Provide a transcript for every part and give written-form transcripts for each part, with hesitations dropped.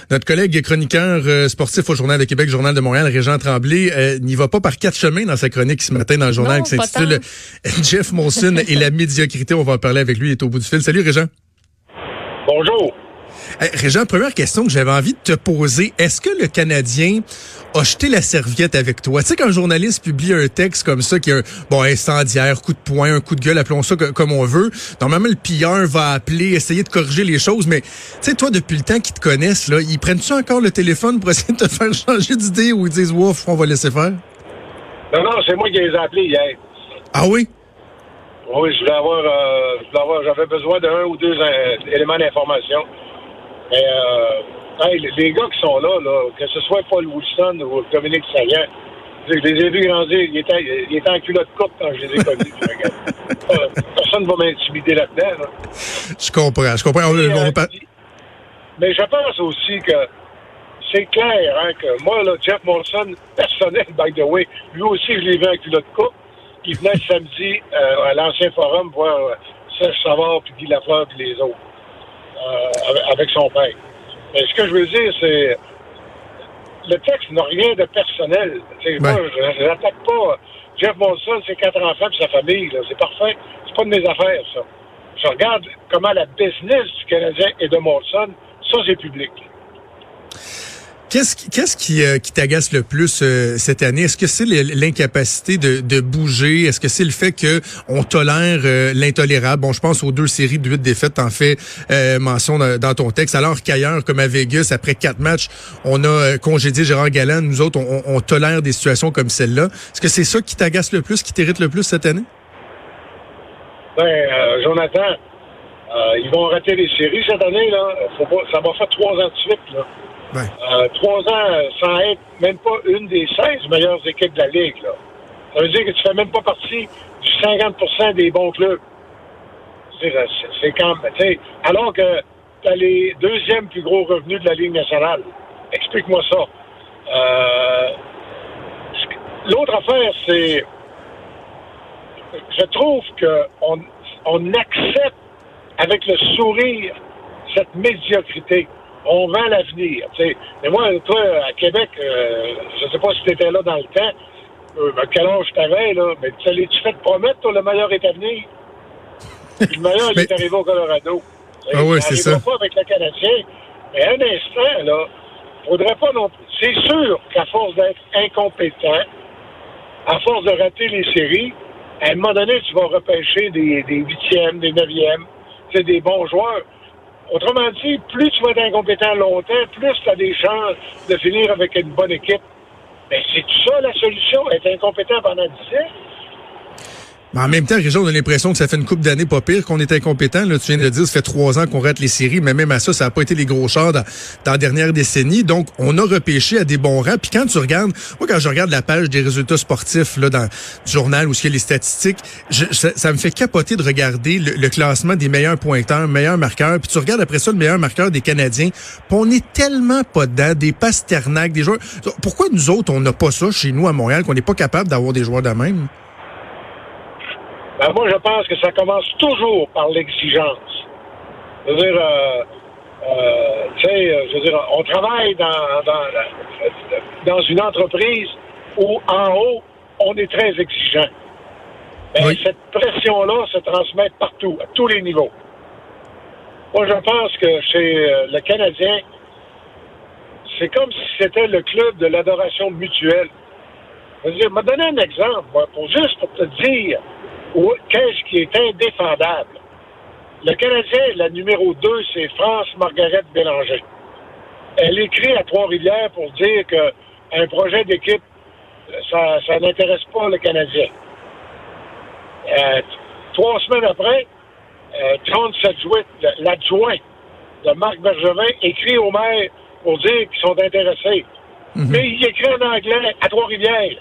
Notre collègue et chroniqueur sportif au Journal de Québec, Journal de Montréal, Régent Tremblay, n'y va pas par quatre chemins dans sa chronique ce matin dans le journal qui s'intitule Jeff Molson et la médiocrité. On va en parler avec lui, il est au bout du fil. Salut Régent. Bonjour. Régent, première question que j'avais envie de te poser. Est-ce que le Canadien a jeté la serviette avec toi? Tu sais, quand un journaliste publie un texte comme ça, qui est incendiaire, coup de poing, un coup de gueule, appelons ça comme on veut, normalement, le pilleur va appeler, essayer de corriger les choses, mais tu sais, toi, depuis le temps qu'ils te connaissent, là, ils prennent-tu encore le téléphone pour essayer de te faire changer d'idée ou ils disent, ouf, on va laisser faire? Non, c'est moi qui les ai appelés hier. Ah oui? Oui, j'avais besoin d'un ou deux éléments d'information. Mais les gars qui sont là, que ce soit Paul Wilson ou Dominique Saillant, je les ai vus grandir. Ils étaient en culotte courte quand je les ai connus. Personne ne va m'intimider là-dedans. Là. Je comprends. Mais je pense aussi que c'est clair que moi, là, Jeff Molson, personnel, by the way, lui aussi, je l'ai vu en culotte courte. Il venait samedi à l'Ancien Forum voir Serge Savard, puis Guy Lafleur, puis les autres. Avec son père. Mais ce que je veux dire, c'est le texte n'a rien de personnel. Moi, je n'attaque pas Jeff Molson, ses 4 enfants et sa famille. Là. C'est parfait. C'est pas de mes affaires, ça. Je regarde comment la business du Canadien et de Molson, ça, c'est public. Qu'est-ce qui t'agace le plus cette année? Est-ce que c'est l'incapacité de bouger? Est-ce que c'est le fait que on tolère l'intolérable? Bon, je pense aux 2 séries de 8 défaites, t'en fais mention dans ton texte. Alors qu'ailleurs, comme à Vegas, après 4 matchs, on a congédié Gérard Galland. Nous autres, on tolère des situations comme celle-là. Est-ce que c'est ça qui t'agace le plus, qui t'irrite le plus cette année? Jonathan, ils vont rater les séries cette année, là. Ça va faire 3 ans de suite, là. Ouais. 3 ans sans être même pas une des 16 meilleures équipes de la Ligue. Là. Ça veut dire que tu fais même pas partie du 50% des bons clubs. C'est quand même... Alors que tu as les 2e plus gros revenus de la Ligue nationale. Explique-moi ça. L'autre affaire, c'est... Je trouve qu'on accepte avec le sourire cette médiocrité. On vend l'avenir. T'sais. Mais moi, toi, à Québec, je sais pas si tu étais là dans le temps, quel âge t'avais, là, mais tu fait promettre, toi, le meilleur est à venir. Le meilleur, il est arrivé au Colorado. Ah oui, c'est ça. Pas avec le Canadien. Mais un instant, là, faudrait pas non plus. C'est sûr qu'à force d'être incompétent, à force de rater les séries, à un moment donné, tu vas repêcher des 8e, des 9e, des bons joueurs. Autrement dit, plus tu vas être incompétent longtemps, plus tu as des chances de finir avec une bonne équipe. Mais c'est tout ça la solution, être incompétent pendant 10 ans? Mais en même temps, Régent, on a l'impression que ça fait une couple d'années pas pire qu'on est incompétent. Là, tu viens de le dire, ça fait 3 ans qu'on rate les séries, mais même à ça n'a pas été les gros chars dans la dernière décennie. Donc, on a repêché à des bons rangs. Puis quand tu regardes, moi, quand je regarde la page des résultats sportifs là, dans le journal où il y a les statistiques, ça me fait capoter de regarder le classement des meilleurs pointeurs, meilleurs marqueurs. Puis tu regardes après ça le meilleur marqueur des Canadiens. Puis on est tellement pas dedans, des Pasternak, des joueurs. Pourquoi nous autres, on n'a pas ça chez nous à Montréal, qu'on n'est pas capable d'avoir des joueurs de même? Ben moi, je pense que ça commence toujours par l'exigence. Je veux dire, on travaille dans une entreprise où, en haut, on est très exigeant. Ben, oui. Cette pression-là se transmet partout, à tous les niveaux. Moi, je pense que chez le Canadien, c'est comme si c'était le club de l'adoration mutuelle. Je veux dire, je vais donner un exemple, moi, pour te dire qu'est-ce qui est indéfendable. Le Canadien, la numéro 2, c'est France-Margaret Bélanger. Elle écrit à Trois-Rivières pour dire qu'un projet d'équipe, ça n'intéresse pas le Canadien. 3 semaines après, Trond Sedgwick, l'adjoint de Marc Bergevin, écrit au maire pour dire qu'ils sont intéressés. Mm-hmm. Mais il écrit en anglais à Trois-Rivières.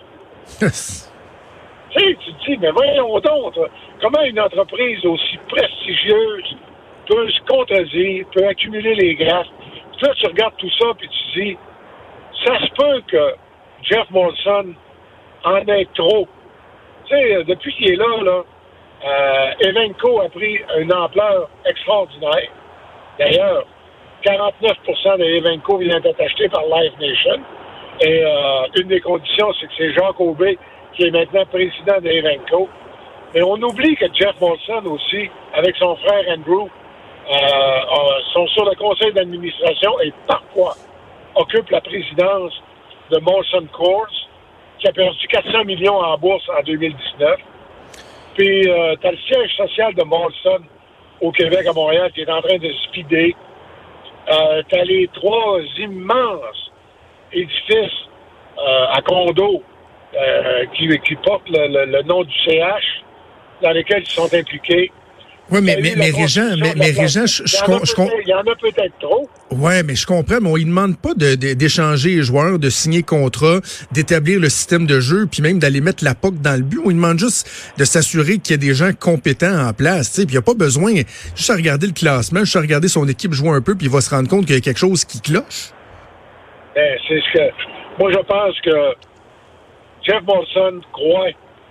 Tu te dis, mais voyons donc, comment une entreprise aussi prestigieuse peut se contredire, peut accumuler les graphes. Puis là, tu regardes tout ça, puis tu dis, ça se peut que Jeff Molson en ait trop. Tu sais, depuis qu'il est là, Evenko a pris une ampleur extraordinaire. D'ailleurs, 49% de Evenco vient d'être acheté par Live Nation. Et une des conditions, c'est que c'est Jacques Aubé qui est maintenant président de Evenco. Mais on oublie que Jeff Molson aussi, avec son frère Andrew, sont sur le conseil d'administration et parfois occupent la présidence de Molson Coors, qui a perdu 400 millions en bourse en 2019. Puis, tu as le siège social de Molson au Québec, à Montréal, qui est en train de speeder. Tu as les 3 immenses édifices à condos qui portent le nom du CH, dans lesquels ils sont impliqués. Oui, mais Régent, il y en a peut-être trop. Oui, mais je comprends, mais on ne demande pas d'échanger les joueurs, de signer contrat, d'établir le système de jeu, puis même d'aller mettre la POC dans le but. On lui demande juste de s'assurer qu'il y a des gens compétents en place. Puis il n'y a pas besoin juste à regarder le classement, juste à regarder son équipe jouer un peu, puis il va se rendre compte qu'il y a quelque chose qui cloche. Ben, c'est ce que... Moi, je pense que Jeff Molson croit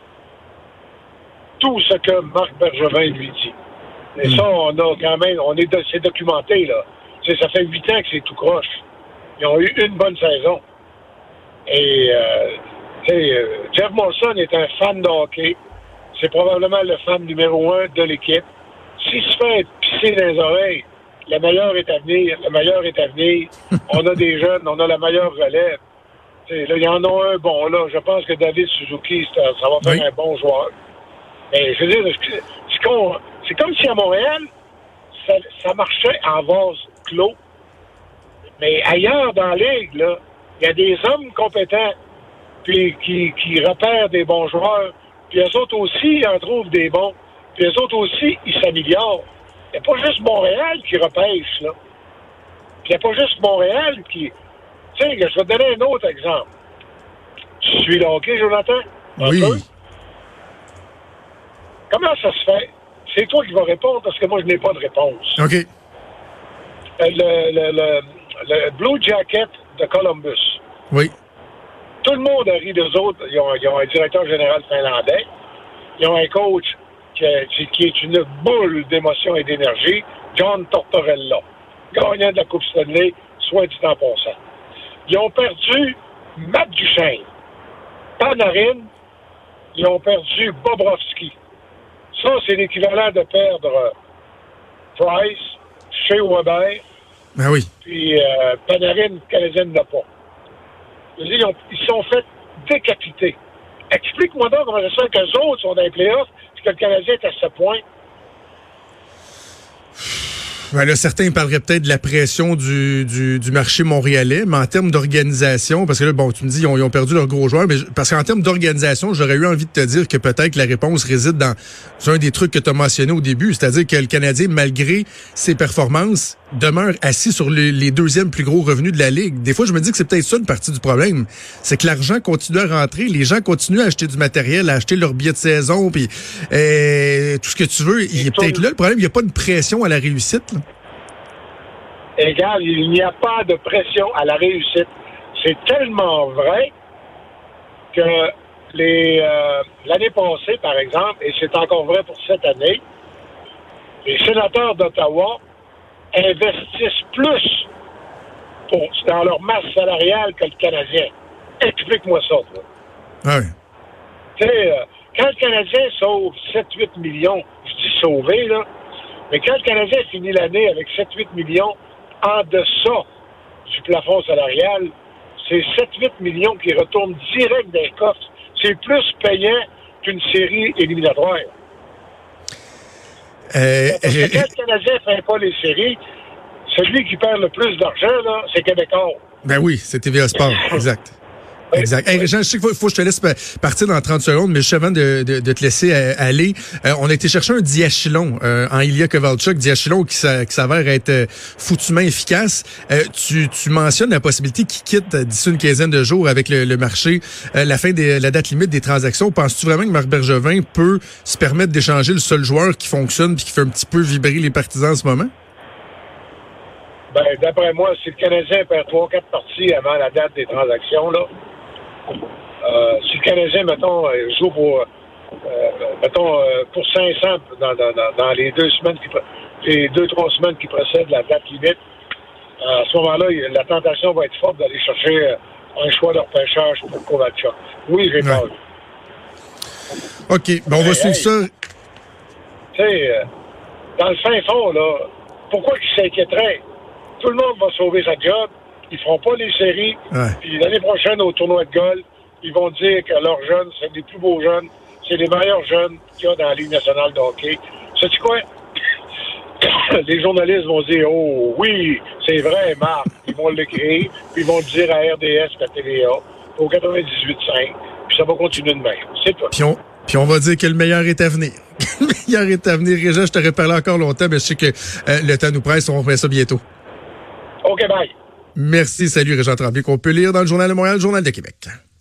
tout ce que Marc Bergevin lui dit. Et ça, on a quand même... c'est documenté, là. Ça fait 8 ans que c'est tout croche. Ils ont eu une bonne saison. Et, Jeff Molson est un fan de hockey. C'est probablement le fan numéro 1 de l'équipe. S'il se fait pisser dans les oreilles, le meilleur est à venir. Le meilleur est à venir. On a des jeunes, on a la meilleure relève. Là, il y en a un bon. Là, je pense que David Suzuki, ça va faire un bon joueur. Mais je veux dire, c'est comme si à Montréal, ça marchait en vase clos. Mais ailleurs dans la ligue, là, il y a des hommes compétents puis qui repèrent des bons joueurs. Puis eux autres aussi en trouvent des bons. Puis eux autres aussi, ils s'améliorent. Il n'y a pas juste Montréal qui repêche, là. Puis il n'y a pas juste Montréal qui... Tu sais, je vais te donner un autre exemple. Tu suis le hockey, Jonathan? Oui. Comment ça se fait? C'est toi qui vas répondre parce que moi, je n'ai pas de réponse. OK. Le Blue Jacket de Columbus. Oui. Tout le monde a ri d'eux autres. Ils ont un directeur général finlandais. Ils ont un coach qui est une boule d'émotion et d'énergie, John Tortorella, gagnant de la Coupe Stanley, soit dit en passant. Ils ont perdu Matt Duchesne, Panarin, ils ont perdu Bobrovski. Ça, c'est l'équivalent de perdre Price, Shea Weber. Ben oui. Puis Panarin, le Canadien n'a pas. Ils sont fait décapiter. Explique-moi donc comment ça se fait qu'eux autres sont dans les playoffs et que le Canadien est à ce point. Ben là, certains parleraient peut-être de la pression du marché montréalais, mais en termes d'organisation, parce que là, bon, tu me dis, ils ont perdu leurs gros joueurs, mais parce qu'en termes d'organisation, j'aurais eu envie de te dire que peut-être la réponse réside dans un des trucs que tu as mentionné au début, c'est-à-dire que le Canadien, malgré ses performances, demeure assis sur les deuxièmes plus gros revenus de la Ligue. Des fois, je me dis que c'est peut-être ça une partie du problème. C'est que l'argent continue à rentrer, les gens continuent à acheter du matériel, à acheter leurs billets de saison, puis tout ce que tu veux. Il est peut-être là le problème, il n'y a pas de pression à la réussite, là. Égal, il n'y a pas de pression à la réussite. C'est tellement vrai que l'année passée, par exemple, et c'est encore vrai pour cette année, les sénateurs d'Ottawa investissent plus dans leur masse salariale que le Canadien. Explique-moi ça, toi. Ah oui. Tu sais, quand le Canadien sauve 7-8 millions, je dis sauver, là, mais quand le Canadien finit l'année avec 7-8 millions en deçà du plafond salarial, c'est 7-8 millions qui retournent direct dans les coffres. C'est plus payant qu'une série éliminatoire. Parce que quand le Canadien ne fait pas les séries, celui qui perd le plus d'argent, là, c'est Québécois. Ben oui, c'est TVA Sport, exact. Exact. Hey, Régent, je sais qu'il faut que je te laisse partir dans 30 secondes, mais juste avant de te laisser aller, on a été chercher un diachylon en Ilya Kovalchuk, diachylon qui s'avère être foutument efficace. Tu mentionnes la possibilité qu'il quitte d'ici une quinzaine de jours avec le marché, la date limite des transactions. Penses-tu vraiment que Marc Bergevin peut se permettre d'échanger le seul joueur qui fonctionne puis qui fait un petit peu vibrer les partisans en ce moment? Ben, d'après moi, si le Canadien perd 3-4 parties avant la date des transactions, là, si le Canadien, mettons, joue pour 500 dans les 2-3 semaines qui précèdent la date limite, À ce moment-là, la tentation va être forte d'aller chercher un choix de repêchage pour Kovalchuk. Oui, j'ai peur. OK. Ben, on va suivre ça. Tu sais, dans le fin fond, là, pourquoi ils s'inquiéteraient? Tout le monde va sauver sa job. Ils feront pas les séries. Ouais. Puis l'année prochaine, au tournoi de golf, ils vont dire que leurs jeunes, c'est les plus beaux jeunes. C'est les meilleurs jeunes qu'il y a dans la Ligue nationale de hockey. Sais-tu quoi? Les journalistes vont dire « Oh, oui, c'est vrai, Marc. » Ils vont l'écrire, puis ils vont le dire à RDS et à TVA, au 98.5, puis ça va continuer de même. C'est tout. Puis on va dire que le meilleur est à venir. Le meilleur est à venir. Régent, je t'aurais parlé encore longtemps, mais je sais que le temps nous presse. On va faire ça bientôt. OK, bye. Merci. Salut, Régent Tremblay, qu'on peut lire dans le Journal de Montréal, le Journal de Québec.